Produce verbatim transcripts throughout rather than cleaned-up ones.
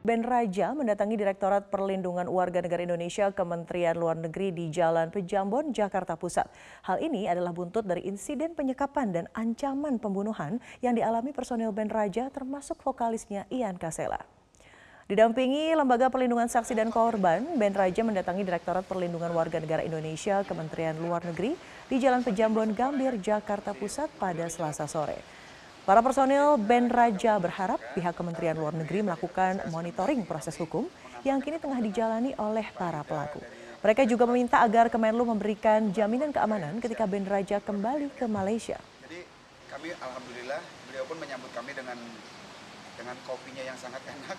Ben Raja mendatangi Direktorat Perlindungan Warga Negara Indonesia Kementerian Luar Negeri di Jalan Pejambon, Jakarta Pusat. Hal ini adalah buntut dari insiden penyekapan dan ancaman pembunuhan yang dialami personil Ben Raja termasuk vokalisnya Ian Kasela. Didampingi Lembaga Perlindungan Saksi dan Korban, Ben Raja mendatangi Direktorat Perlindungan Warga Negara Indonesia Kementerian Luar Negeri di Jalan Pejambon, Gambir, Jakarta Pusat pada Selasa sore. Para personil Ben Raja berharap pihak Kementerian Luar Negeri melakukan monitoring proses hukum yang kini tengah dijalani oleh para pelaku. Mereka juga meminta agar Kemenlu memberikan jaminan keamanan ketika Ben Raja kembali ke Malaysia. Jadi kami alhamdulillah beliau pun menyambut kami dengan dengan kopinya yang sangat enak.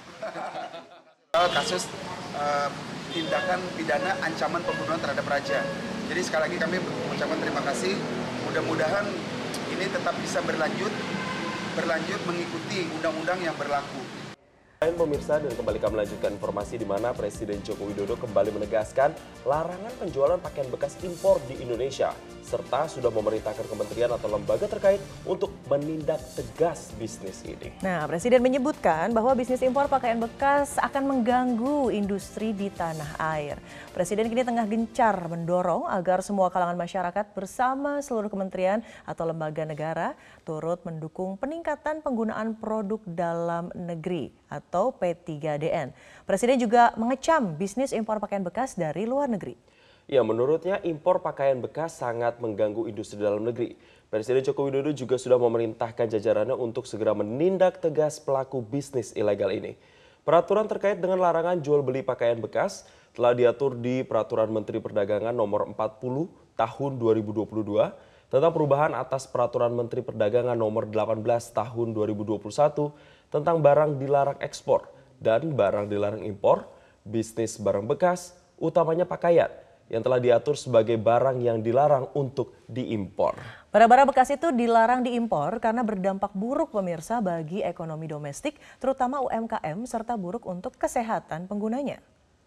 Kasus uh, tindakan pidana ancaman pembunuhan terhadap Raja. Jadi sekali lagi kami mengucapkan terima kasih. Mudah-mudahan ini tetap bisa berlanjut. berlanjut mengikuti undang-undang yang berlaku. Selain pemirsa, dan kembali kami melanjutkan informasi di mana Presiden Joko Widodo kembali menegaskan larangan penjualan pakaian bekas impor di Indonesia, serta sudah memerintahkan kementerian atau lembaga terkait untuk menindak tegas bisnis ini. Nah, Presiden menyebutkan bahwa bisnis impor pakaian bekas akan mengganggu industri di tanah air. Presiden kini tengah gencar mendorong agar semua kalangan masyarakat bersama seluruh kementerian atau lembaga negara turut mendukung peningkatan penggunaan produk dalam negeri atau P tiga D N. Presiden juga mengecam bisnis impor pakaian bekas dari luar negeri. Ya, menurutnya impor pakaian bekas sangat mengganggu industri dalam negeri. Presiden Joko Widodo juga sudah memerintahkan jajarannya untuk segera menindak tegas pelaku bisnis ilegal ini. Peraturan terkait dengan larangan jual beli pakaian bekas telah diatur di Peraturan Menteri Perdagangan Nomor empat puluh Tahun dua ribu dua puluh dua tentang perubahan atas Peraturan Menteri Perdagangan Nomor delapan belas Tahun dua ribu dua puluh satu tentang barang dilarang ekspor dan barang dilarang impor, bisnis barang bekas, utamanya pakaian, yang telah diatur sebagai barang yang dilarang untuk diimpor. Barang-barang bekas itu dilarang diimpor karena berdampak buruk pemirsa bagi ekonomi domestik, terutama U M K M serta buruk untuk kesehatan penggunanya.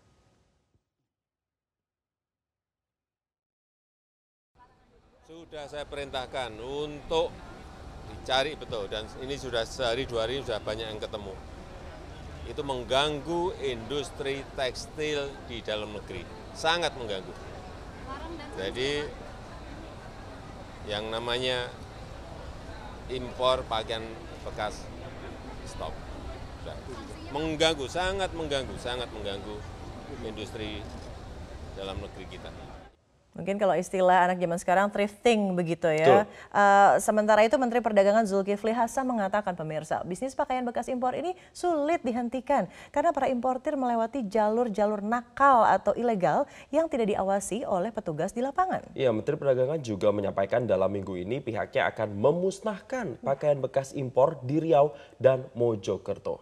Sudah saya perintahkan untuk dicari betul, dan ini sudah sehari dua hari sudah banyak yang ketemu. Itu mengganggu industri tekstil di dalam negeri, sangat mengganggu. Jadi yang namanya impor pakaian bekas stop. Sudah. Mengganggu, sangat mengganggu, sangat mengganggu industri dalam negeri kita. Mungkin kalau istilah anak zaman sekarang thrifting begitu ya. Uh, sementara itu Menteri Perdagangan Zulkifli Hasan mengatakan pemirsa, bisnis pakaian bekas impor ini sulit dihentikan karena para importir melewati jalur-jalur nakal atau ilegal yang tidak diawasi oleh petugas di lapangan. Ya, Menteri Perdagangan juga menyampaikan dalam minggu ini pihaknya akan memusnahkan pakaian bekas impor di Riau dan Mojokerto.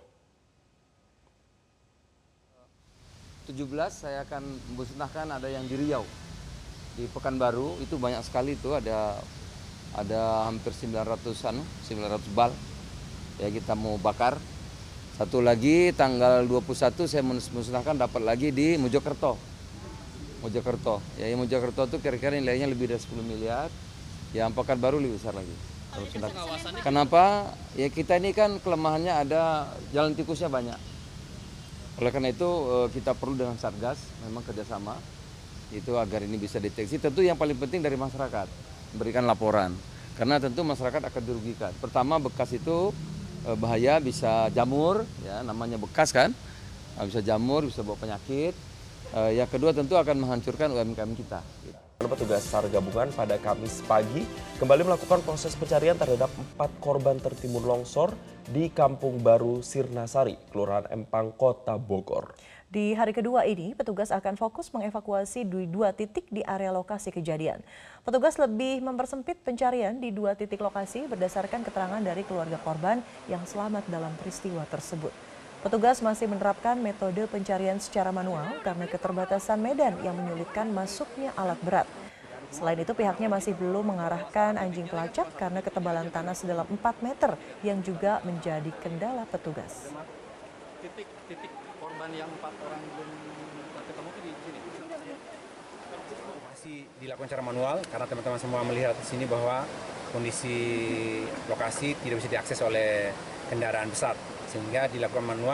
tujuh belas saya akan memusnahkan ada yang di Riau. Di Pekanbaru itu banyak sekali itu ada ada hampir sembilan ratusan, sembilan ratus bal ya kita mau bakar. Satu lagi tanggal dua puluh satu saya musnahkan dapat lagi di Mojokerto. Mojokerto. Ya, yang Mojokerto itu kira-kira nilainya lebih dari sepuluh miliar. Yang Pekanbaru lebih besar lagi. Kenapa? Ya kita ini kan kelemahannya ada jalan tikusnya banyak. Oleh karena itu kita perlu dengan Satgas memang kerjasama. Itu agar ini bisa deteksi. Tentu yang paling penting dari masyarakat memberikan laporan karena tentu masyarakat akan dirugikan. Pertama, bekas itu bahaya, bisa jamur ya, namanya bekas kan, bisa jamur, bisa bawa penyakit. Yang kedua tentu akan menghancurkan U M K M kita. Petugas SAR gabungan pada Kamis pagi kembali melakukan proses pencarian terhadap empat korban tertimbun longsor di Kampung Baru Sirnasari, Kelurahan Empang, Kota Bogor. Di hari kedua ini, petugas akan fokus mengevakuasi di dua titik di area lokasi kejadian. Petugas lebih mempersempit pencarian di dua titik lokasi berdasarkan keterangan dari keluarga korban yang selamat dalam peristiwa tersebut. Petugas masih menerapkan metode pencarian secara manual karena keterbatasan medan yang menyulitkan masuknya alat berat. Selain itu, pihaknya masih belum mengarahkan anjing pelacak karena ketebalan tanah sedalam empat meter yang juga menjadi kendala petugas. Titik-titik korban yang empat orang belum ketemu di sini. Masih dilakukan secara manual karena teman-teman semua melihat di sini bahwa kondisi lokasi tidak bisa diakses oleh kendaraan besar, sehingga dilakukan manual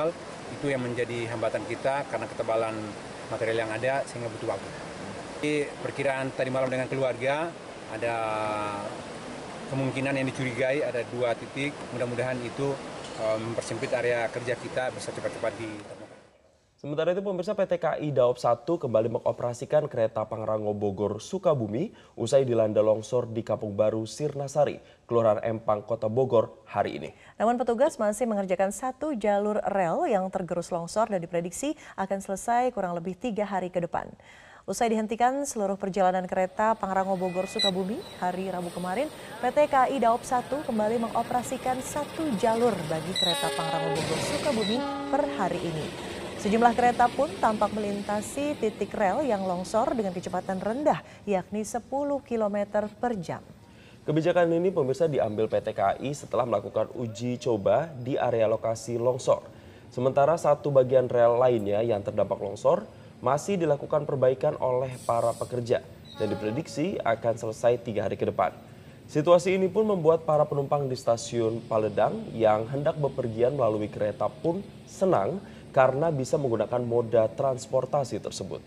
Itu yang menjadi hambatan kita karena ketebalan material yang ada sehingga butuh waktu. Jadi perkiraan tadi malam dengan keluarga ada kemungkinan yang dicurigai ada dua titik. Mudah-mudahan itu mempersempit area kerja kita bisa cepat-cepat ditemukan. Sementara itu pemirsa, P T K I Daop satu kembali mengoperasikan kereta Pangrango Bogor Sukabumi usai dilanda longsor di Kampung Baru Sirnasari, Kelurahan Empang, Kota Bogor hari ini. Namun petugas masih mengerjakan satu jalur rel yang tergerus longsor dan diprediksi akan selesai kurang lebih tiga hari ke depan. Usai dihentikan seluruh perjalanan kereta Pangrango Bogor Sukabumi hari Rabu kemarin, P T K I Daop satu kembali mengoperasikan satu jalur bagi kereta Pangrango Bogor Sukabumi per hari ini. Sejumlah kereta pun tampak melintasi titik rel yang longsor dengan kecepatan rendah, yakni sepuluh kilometer per jam. Kebijakan ini pemirsa diambil P T K I setelah melakukan uji coba di area lokasi longsor. Sementara satu bagian rel lainnya yang terdampak longsor masih dilakukan perbaikan oleh para pekerja dan diprediksi akan selesai tiga hari ke depan. Situasi ini pun membuat para penumpang di stasiun Paledang yang hendak bepergian melalui kereta pun senang karena bisa menggunakan moda transportasi tersebut.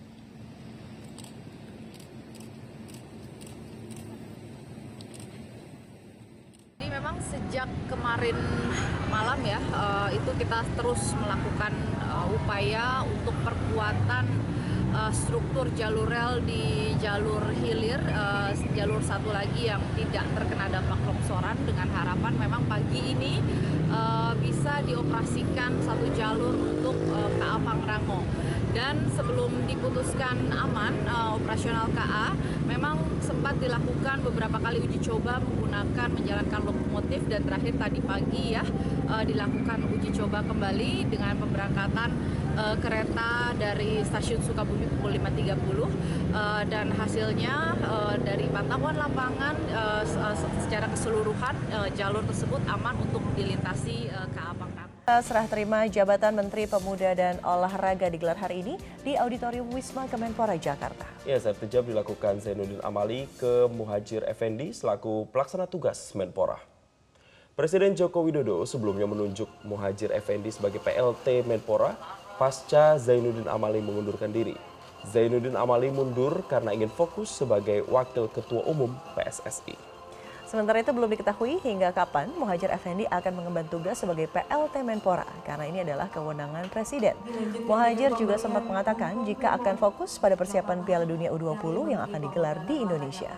Jadi memang sejak kemarin malam ya, uh, itu kita terus melakukan uh, upaya untuk perkuatan uh, struktur jalur rel di jalur hilir, uh, jalur satu lagi yang tidak terkena dampak longsoran, dengan harapan memang pagi ini uh, bisa dioperasikan satu jalur untuk uh, K A Pangrango. Dan sebelum diputuskan aman uh, operasional K A, memang sempat dilakukan beberapa kali uji coba menggunakan menjalankan lokomotif, dan terakhir tadi pagi ya uh, dilakukan uji coba kembali dengan pemberangkatan uh, kereta dari stasiun Sukabumi pukul lima tiga puluh uh, dan hasilnya uh, dari pantauan lapangan uh, secara keseluruhan uh, jalur tersebut aman untuk dilintasi uh, K A Pangrango. Serah terima jabatan Menteri Pemuda dan Olahraga digelar hari ini di Auditorium Wisma Kemenpora Jakarta. Ya, serah terima dilakukan Zainuddin Amali ke Muhadjir Effendi selaku pelaksana tugas Menpora. Presiden Joko Widodo sebelumnya menunjuk Muhadjir Effendi sebagai P L T Menpora pasca Zainuddin Amali mengundurkan diri. Zainuddin Amali mundur karena ingin fokus sebagai Wakil Ketua Umum P S S I. Sementara itu belum diketahui hingga kapan Muhadjir Effendi akan mengemban tugas sebagai P L T Menpora karena ini adalah kewenangan Presiden. Muhadjir juga sempat mengatakan jika akan fokus pada persiapan Piala Dunia U dua puluh yang akan digelar di Indonesia.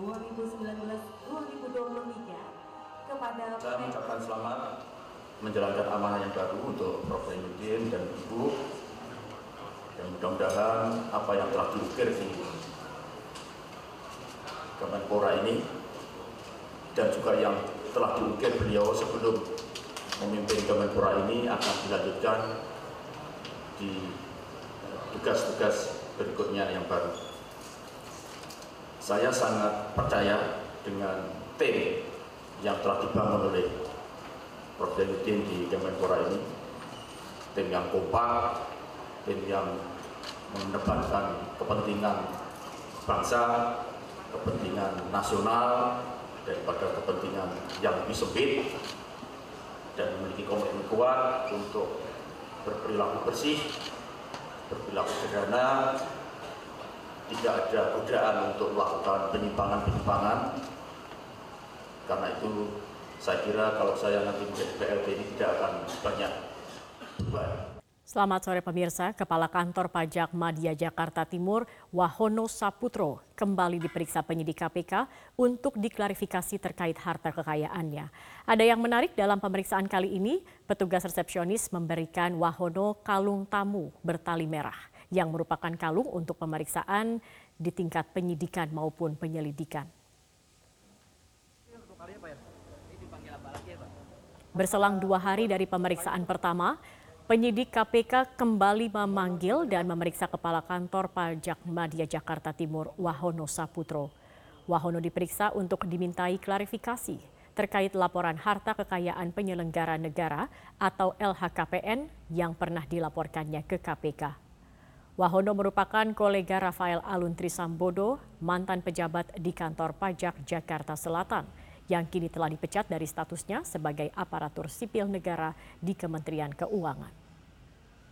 Saya mengucapkan selamat menjalankan amanah yang baru untuk Prof Zainuddin dan Ibu. Dan mudah-mudahan apa yang telah diukir di Kemenpora ini dan juga yang telah diukir beliau sebelum memimpin Kemenpora ini akan dilanjutkan di tugas-tugas berikutnya yang baru. Saya sangat percaya dengan tim yang telah dibangun oleh Prof Zainuddin di Kemenpora ini, tim yang kompak, tim yang mendepankan kepentingan bangsa, kepentingan nasional, daripada kepentingan yang lebih sempit, dan memiliki komitmen kuat untuk berperilaku bersih, berperilaku sederhana, tidak ada godaan untuk melakukan penyimpangan-penyimpangan. Karena itu saya kira kalau saya nanti menjadi P L T ini tidak akan banyak beban. Selamat sore pemirsa, Kepala Kantor Pajak Madya Jakarta Timur, Wahono Saputro, kembali diperiksa penyidik K P K untuk diklarifikasi terkait harta kekayaannya. Ada yang menarik dalam pemeriksaan kali ini, petugas resepsionis memberikan Wahono kalung tamu bertali merah yang merupakan kalung untuk pemeriksaan di tingkat penyidikan maupun penyelidikan. Berselang dua hari dari pemeriksaan pertama, penyidik K P K kembali memanggil dan memeriksa Kepala Kantor Pajak Madya Jakarta Timur, Wahono Saputro. Wahono diperiksa untuk dimintai klarifikasi terkait laporan harta kekayaan penyelenggara negara atau L H K P N yang pernah dilaporkannya ke K P K. Wahono merupakan kolega Rafael Aluntri Sambodo, mantan pejabat di Kantor Pajak Jakarta Selatan, yang kini telah dipecat dari statusnya sebagai aparatur sipil negara di Kementerian Keuangan.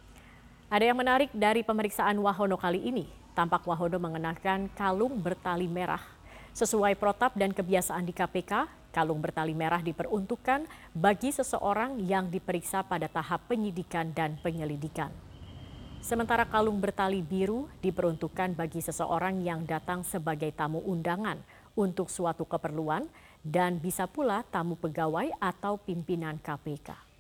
Ada yang menarik dari pemeriksaan Wahono kali ini. Tampak Wahono mengenakan kalung bertali merah. Sesuai protap dan kebiasaan di K P K, kalung bertali merah diperuntukkan bagi seseorang yang diperiksa pada tahap penyidikan dan penyelidikan. Sementara kalung bertali biru diperuntukkan bagi seseorang yang datang sebagai tamu undangan untuk suatu keperluan dan bisa pula tamu pegawai atau pimpinan K P K.